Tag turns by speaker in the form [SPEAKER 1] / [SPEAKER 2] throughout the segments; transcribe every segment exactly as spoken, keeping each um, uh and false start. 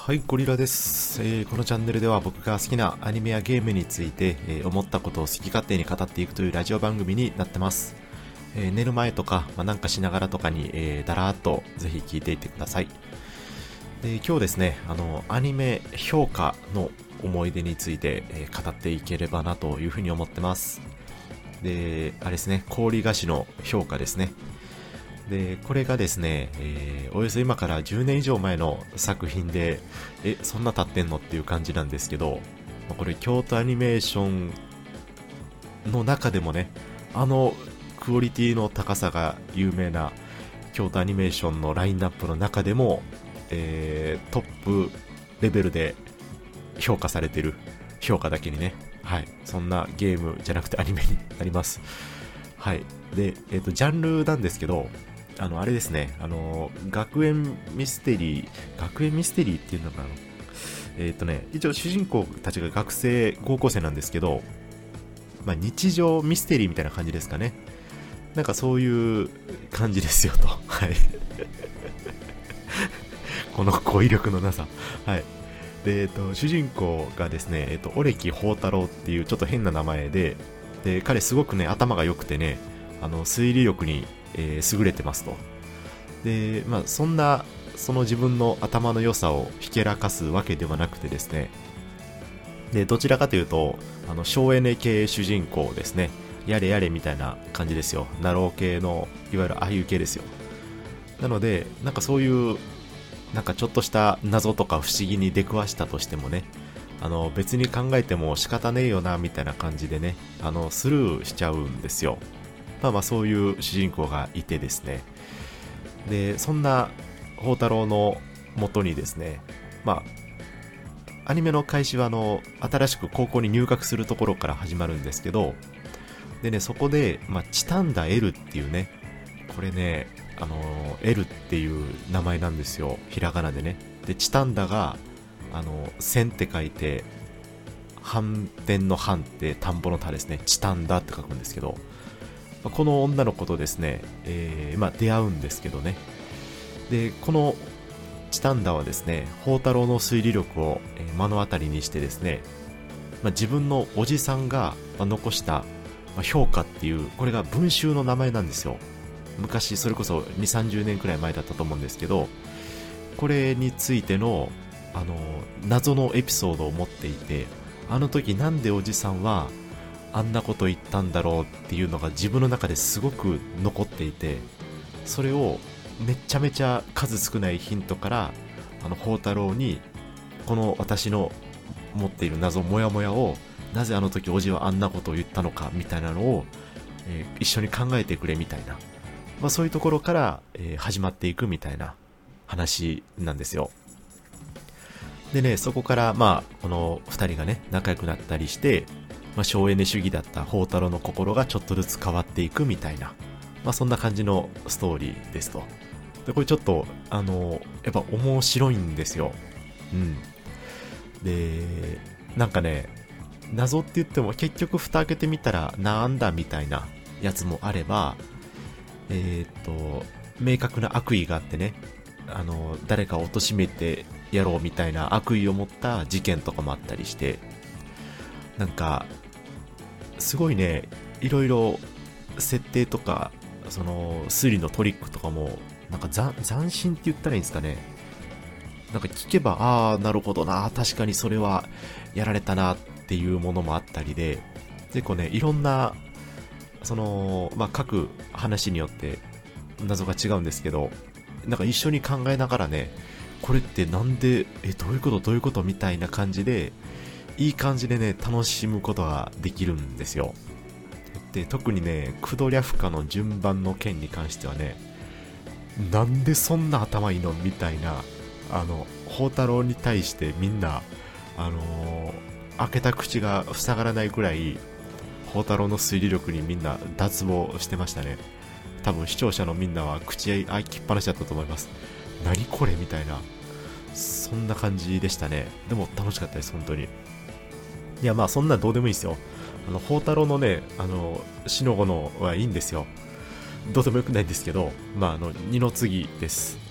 [SPEAKER 1] はい、ゴリラです、えーこのチャンネルでは僕が好きなアニメやゲームについて、えー思ったことを好き勝手に語っていくというラジオ番組になってます。えー寝る前とか、まあ、なんかしながらとかに、えーだらーっとぜひ聞いていってください。で今日ですね、あのアニメ評価の思い出について、えー語っていければなというふうに思ってます。であれですね、氷菓子の評価ですね。でこれがですね、えーおよそ今からじゅうねん以上前の作品で、えそんな経ってんのっていう感じなんですけど、まあこれ京都アニメーションの中でもね、あのクオリティの高さが有名な京都アニメーションのラインナップの中でも、えートップレベルで評価されてる、評価だけにね、はい、そんなゲームじゃなくてアニメになります。はい。で、えっ、と、ジャンルなんですけど、あの、あれですね、あの、学園ミステリー、学園ミステリーっていうのかな。えっ、とね、一応主人公たちが学生、高校生なんですけど、まあ、日常ミステリーみたいな感じですかね。なんかそういう感じですよと。はい。この語彙力のなさ。はい。で、えっ、と、主人公がですね、えっ、と、オレキ宝太郎っていうちょっと変な名前で、で、彼すごくね、頭が良くてね、あの、推理力に、えー優れてますと。で、まあ、そんな、その自分の頭の良さをひけらかすわけではなくてですね、で、どちらかというと、あの、省エネ系主人公ですね。やれやれみたいな感じですよ。ナロー系の、いわゆるああいう系ですよ。なので、なんかそういう、なんかちょっとした謎とか不思議に出くわしたとしてもね、あの、別に考えても仕方ねえよな、みたいな感じでね、あの、スルーしちゃうんですよ。まあまあそういう主人公がいてですね。で、そんな宝太郎の元にですね、まあ、アニメの開始はあの、新しく高校に入学するところから始まるんですけど、でね、そこで、まあ、チタンダ L っていうね、これね、あの、L っていう名前なんですよ。ひらがなでね。で、チタンダが、あの、線って書いて、反転の反って田んぼの田ですね。チタンダって書くんですけど、この女の子とですね、えーまあ、出会うんですけどね。で、このチタンダはですね、宝太郎の推理力をえー目の当たりにしてですね、まあ、自分のおじさんがまあ残したまあ評価っていう、これが文集の名前なんですよ。昔、それこそに、さんじゅうねんくらい前だったと思うんですけど、これについての、あの、謎のエピソードを持っていて、あの時なんでおじさんはあんなこと言ったんだろうっていうのが自分の中ですごく残っていて、それをめちゃめちゃ数少ないヒントから、あの、宝太郎に、この私の持っている謎、モヤモヤを、なぜあの時おじはあんなことを言ったのかみたいなのを、えー一緒に考えてくれみたいな、まあ、そういうところから、えー始まっていくみたいな話なんですよ。でね、そこから、まあ、この二人がね、仲良くなったりして、まあ、省エネ主義だった宝太郎の心がちょっとずつ変わっていくみたいな、まあ、そんな感じのストーリーですと。で、これちょっと、あの、やっぱ面白いんですよ。うん。で、なんかね、謎って言っても結局蓋開けてみたらなんだみたいなやつもあれば、えーっと、明確な悪意があってね、あの、誰かを貶めてやろうみたいな悪意を持った事件とかもあったりして、なんか、すごいね、いろいろ設定とか、その、推理のトリックとかも、なんか斬斬新って言ったらいいんですかね。なんか聞けば、ああ、なるほどな、確かにそれはやられたなっていうものもあったりで、結構ね、いろんな、その、まあ、各話によって謎が違うんですけど、なんか一緒に考えながらね、これってなんで、え、どういうことどういうことみたいな感じで、いい感じでね、楽しむことができるんですよ。で、特にね、クドリャフカの順番の件に関してはね、なんでそんな頭いいのみたいな、あの、宝太郎に対してみんな、あのー開けた口が塞がらないくらい、宝太郎の推理力にみんな脱帽してましたね。多分視聴者のみんなは口開きっぱなしだったと思います。何これみたいな、そんな感じでしたね。でも楽しかったです、本当に。いや、まあそんなどうでもいいですよ。あの、宝太郎のね、あの、死の子のはいいんですよ。どうでもよくないんですけど、まああの、二の次です。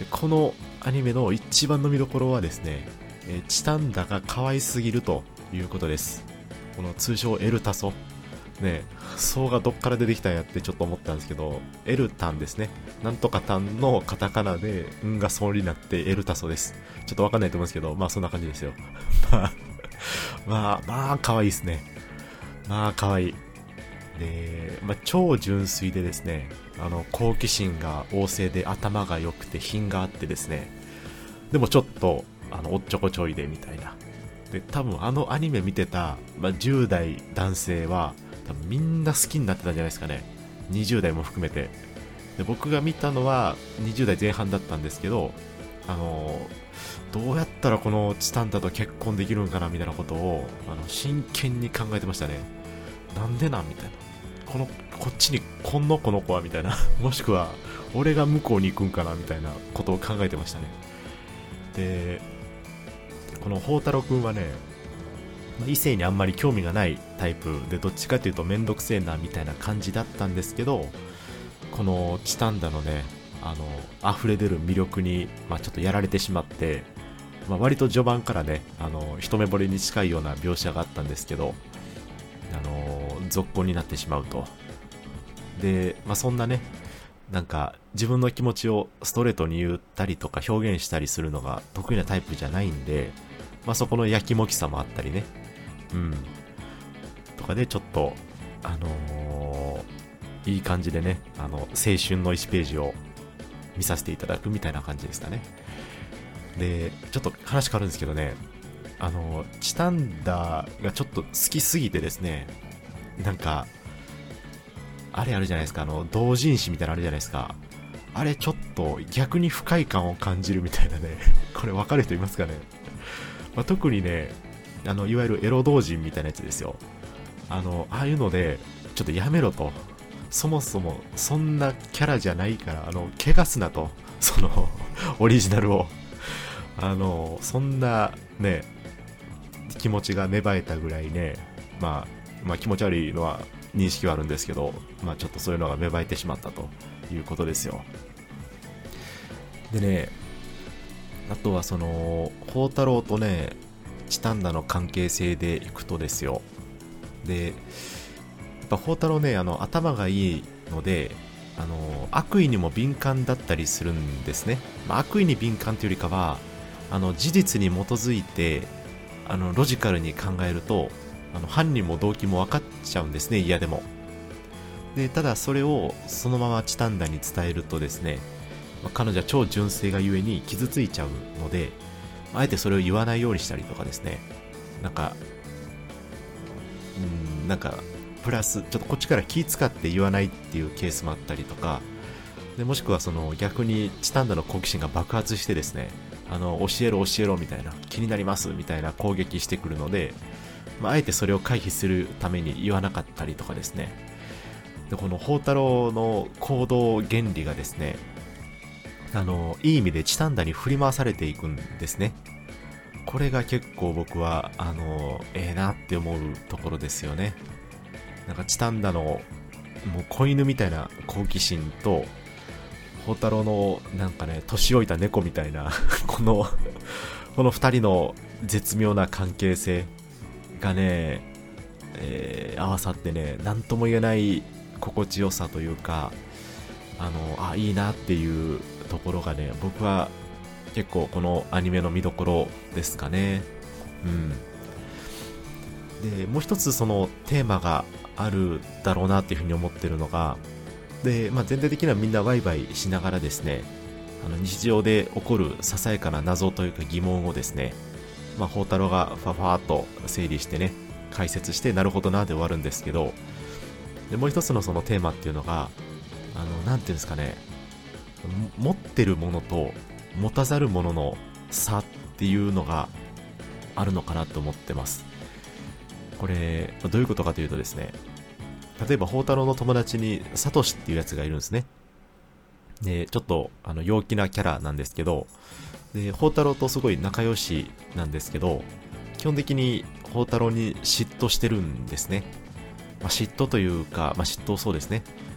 [SPEAKER 1] このアニメの一番の見どころはですね、えー、チタンダが可愛すぎるということです。この通称エルタソね、ソがどっから出てきたんやってちょっと思ったんですけど、エルタンですね、なんとかタンのカタカナでんがソになってエルタソです。ちょっとわかんないと思うんですけど、まあそんな感じですよ。まあまあまあ可愛いですね。まあ可愛いで、まあ、超純粋でですね、あの好奇心が旺盛で頭が良くて品があってですね、でもちょっとあのおっちょこちょいでみたいな。で多分あのアニメ見てた、まあ、じゅう代男性は多分みんな好きになってたんじゃないですかね。にじゅう代も含めて。で僕が見たのはにじゅう代前半だったんですけど、あのー、どうやったらこのチタンダと結婚できるんかなみたいなことをあの真剣に考えてましたね。なんでなんみたいな、このこっちにこんのこの子はみたいなもしくは俺が向こうに行くんかなみたいなことを考えてましたね。でこの宝太郎くんはね、異性にあんまり興味がないタイプで、どっちかというとめんどくせえなみたいな感じだったんですけど、このチタンダのね、あの溢れ出る魅力に、まあ、ちょっとやられてしまって、まあ、割と序盤からね、あの一目惚れに近いような描写があったんですけど、あの続行になってしまうと。で、まあ、そんなね、なんか自分の気持ちをストレートに言ったりとか表現したりするのが得意なタイプじゃないんで、まあ、そこのやきもきさもあったりね、うんとかでちょっとあのー、いい感じでね、あの青春のいちページを見させていただくみたいな感じでしたね。でちょっと話変わるんですけどね、あのチタンダがちょっと好きすぎてですね、なんかあれあるじゃないですか、あの同人誌みたいなのあるじゃないですか、あれちょっと逆に不快感を感じるみたいなねこれ分かる人いますかね。まあ、特にね、あのいわゆるエロ同人みたいなやつですよ。あのああいうのでちょっとやめろと、そもそもそんなキャラじゃないから、あの汚すなと、そのオリジナルを、あのそんなね気持ちが芽生えたぐらいね、まあ、まあ気持ち悪いのは認識はあるんですけど、まあちょっとそういうのが芽生えてしまったということですよ。でね、あとはその宝太郎とねチタンダの関係性でいくとですよ、でやっぱ宝太郎ね、あの頭がいいので、あの悪意にも敏感だったりするんですね。まあ、悪意に敏感というよりかは、あの事実に基づいてあのロジカルに考えると、あの犯人も動機も分かっちゃうんですね、嫌でも。でただそれをそのままチタンダに伝えるとですね、まあ、彼女は超純粋がゆえに傷ついちゃうので、あえてそれを言わないようにしたりとかですね、なんかうんなんかプラスちょっとこっちから気使って言わないっていうケースもあったりとかで、もしくはその逆にチタンダの好奇心が爆発してですね、あの教えろ教えろみたいな、気になりますみたいな攻撃してくるので、まあ、あえてそれを回避するために言わなかったりとかですね。でこの宝太郎の行動原理がですね、あのいい意味でチタンダに振り回されていくんですね。これが結構僕はあのええー、なって思うところですよね。なんかチタンダのもう子犬みたいな好奇心と宝太郎のなんかね年老いた猫みたいなこのこのふたりの絶妙な関係性がね、えー、合わさってね、なんとも言えない心地よさというか、あのあいいなっていうところがね、僕は結構このアニメの見どころですかね。うんでもう一つそのテーマがあるだろうなっていうふうに思ってるのが、で、まあ、全体的にはみんなワイワイしながらですね、あの日常で起こるささやかな謎というか疑問をですね、まあ、宝太郎がファファーっと整理してね解説して、なるほどなで終わるんですけど、でもう一つのそのテーマっていうのが、あのなんていうんですかね、持ってるものと持たざるものの差っていうのがあるのかなと思ってます。これどういうことかというとですね、例えば宝太郎の友達にサトシっていうやつがいるんですね。でちょっとあの陽気なキャラなんですけど、で宝太郎とすごい仲良しなんですけど、基本的に宝太郎に嫉妬してるんですね。まあ、嫉妬というか、まあ、嫉妬そうですね。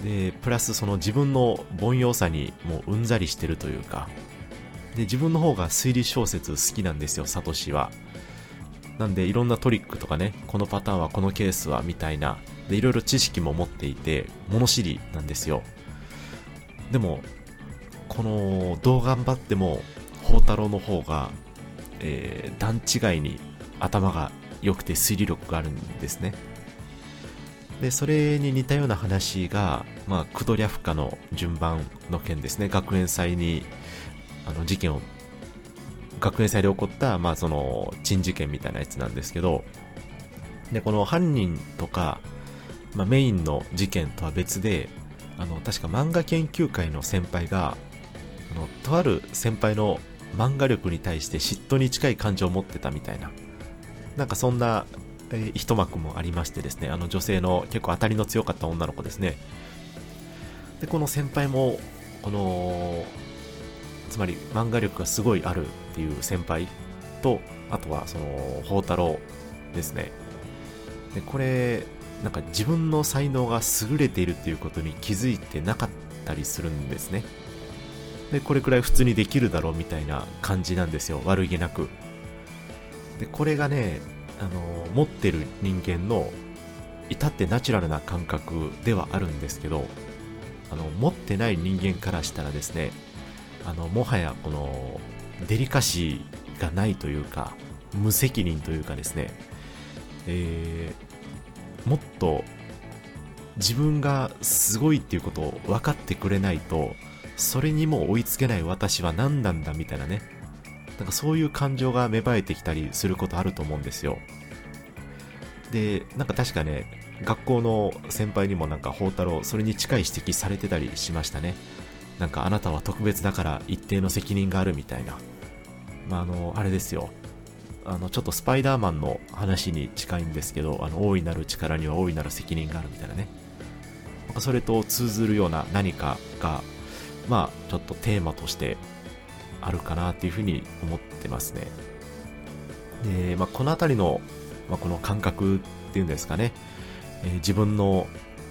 [SPEAKER 1] でプラスその自分の凡庸さにもううんざりしてるというか、で自分の方が推理小説好きなんですよ、サトシは。なんでいろんなトリックとかね、このパターンはこのケースはみたいな、でいろいろ知識も持っていて物知りなんですよ。でもこのどう頑張っても宝太郎の方が、えー、段違いに頭が良くて推理力があるんですね。でそれに似たような話が、まあ、クドリャフカの順番の件ですね。学園祭にあの事件を学園祭で起こった、まあ、その珍事件みたいなやつなんですけど、でこの犯人とか、まあ、メインの事件とは別で、あの確か漫画研究会の先輩があのとある先輩の漫画力に対して嫉妬に近い感情を持ってたみたいな、なんかそんな、えー、一幕もありましてですね、あの女性の結構当たりの強かった女の子ですね。でこの先輩もこのつまり漫画力がすごいあるっていう先輩と、あとはその宝太郎ですね。でこれなんか自分の才能が優れているっていうことに気づいてなかったりするんですね。でこれくらい普通にできるだろうみたいな感じなんですよ、悪気なく。でこれがね、あの持ってる人間の至ってナチュラルな感覚ではあるんですけど、あの持ってない人間からしたらですね、あのもはやこのデリカシーがないというか無責任というかですね、えー、もっと自分がすごいっていうことを分かってくれないと、それにも追いつけない私は何なんだみたいなね、なんかそういう感情が芽生えてきたりすることあると思うんですよ。でなんか確かね、学校の先輩にもなんか宝太郎それに近い指摘されてたりしましたね。なんかあなたは特別だから一定の責任があるみたいな、まああのあれですよ、あのちょっとスパイダーマンの話に近いんですけど、あの大いなる力には大いなる責任があるみたいなね、それと通ずるような何かがまあちょっとテーマとしてあるかなっていうふうに思ってますね。で、まあ、このあたりの、まあ、この感覚っていうんですかね、えー、自分の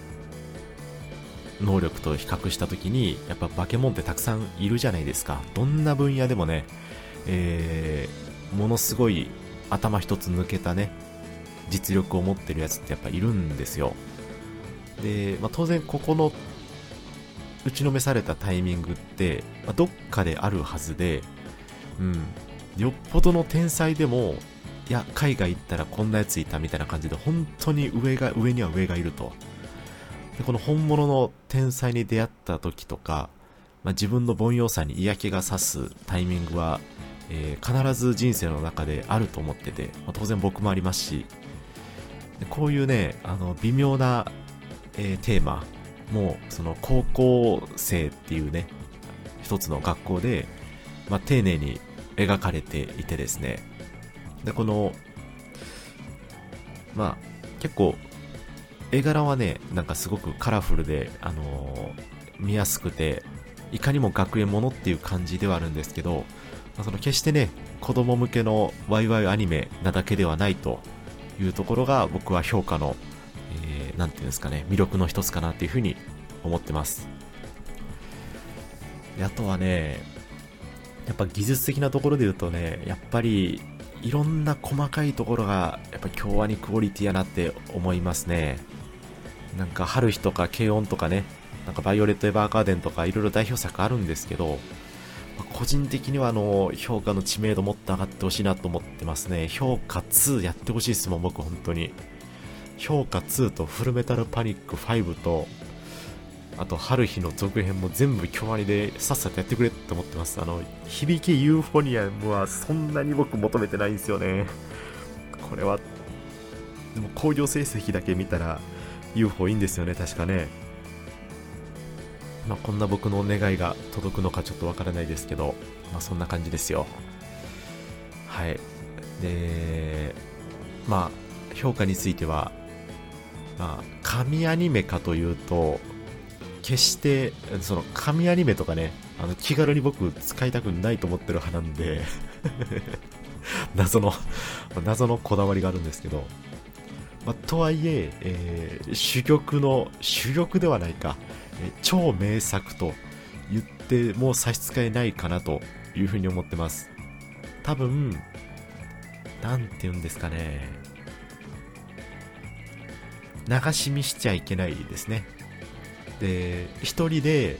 [SPEAKER 1] 能力と比較したときにやっぱ化け物ってたくさんいるじゃないですか。どんな分野でもね、えー、ものすごい頭一つ抜けたね実力を持ってるやつってやっぱいるんですよ。で、まあ、当然ここの打ちのめされたタイミングって、まあ、どっかであるはずで、うん、よっぽどの天才でも、いや海外行ったらこんなやついたみたいな感じで本当に上が上には上がいると。でこの本物の天才に出会った時とか、まあ、自分の凡庸さに嫌気がさすタイミングは、えー、必ず人生の中であると思ってて、まあ、当然僕もありますし、でこういうねあの微妙な、えー、テーマもうその高校生っていうね一つの学校で、まあ、丁寧に描かれていてですね、でこのまあ結構絵柄はねなんかすごくカラフルで、あのー、見やすくていかにも学園ものっていう感じではあるんですけど、まあ、その決してね子供向けのワイワイアニメなだけではないというところが僕は評価の、えー、なんていうんですかね魅力の一つかなっていうふうに思ってます。であとはねやっぱ技術的なところで言うとね、やっぱりいろんな細かいところがやっぱ京アニクオリティやなって思いますね。なんか春日とか軽音とかね、なんかバイオレットエヴァーガーデンとかいろいろ代表作あるんですけど、個人的にはあの評価の知名度もっと上がってほしいなと思ってますね。評価ツーやってほしいですもん僕本当に。評価ツーとフルメタルパニックファイブとあと春日の続編も全部京アニでさっさとやってくれって思ってます。あの響きユーフォニアムはそんなに僕求めてないんですよね。これはでも興行成績だけ見たら ユーフォー いいんですよね確かね。まあこんな僕の願いが届くのかちょっとわからないですけど、まあそんな感じですよ。はい。でまあ評価についてはまあ神アニメかというと決してその神アニメとかねあの気軽に僕使いたくないと思ってる派なんで謎の謎のこだわりがあるんですけど、まあ、とはいええー、珠玉の珠玉ではないか、 え超名作と言ってもう差し支えないかなというふうに思ってます。多分なんて言うんですかね、流し見しちゃいけないですね。で、一人で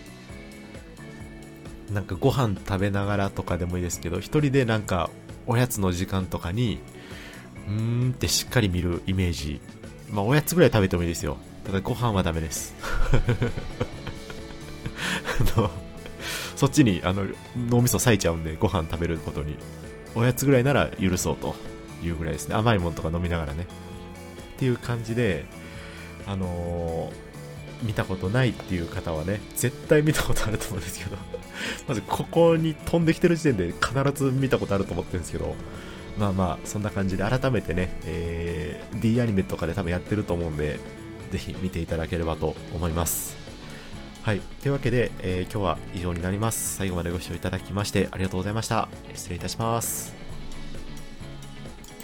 [SPEAKER 1] なんかご飯食べながらとかでもいいですけど、一人でなんかおやつの時間とかにうーんってしっかり見るイメージ。まあおやつぐらい食べてもいいですよ。ただご飯はダメですあのそっちにあの脳みそ割いちゃうんで、ご飯食べることに。おやつぐらいなら許そうというぐらいですね。甘いものとか飲みながらねっていう感じで、あのー、見たことないっていう方はね、絶対見たことあると思うんですけどまずここに飛んできてる時点で必ず見たことあると思ってるんですけど、まあまあそんな感じで改めてね、えー、D アニメとかで多分やってると思うんで、ぜひ見ていただければと思います。はい、というわけで、えー、今日は以上になります。最後までご視聴いただきましてありがとうございました。失礼いたします。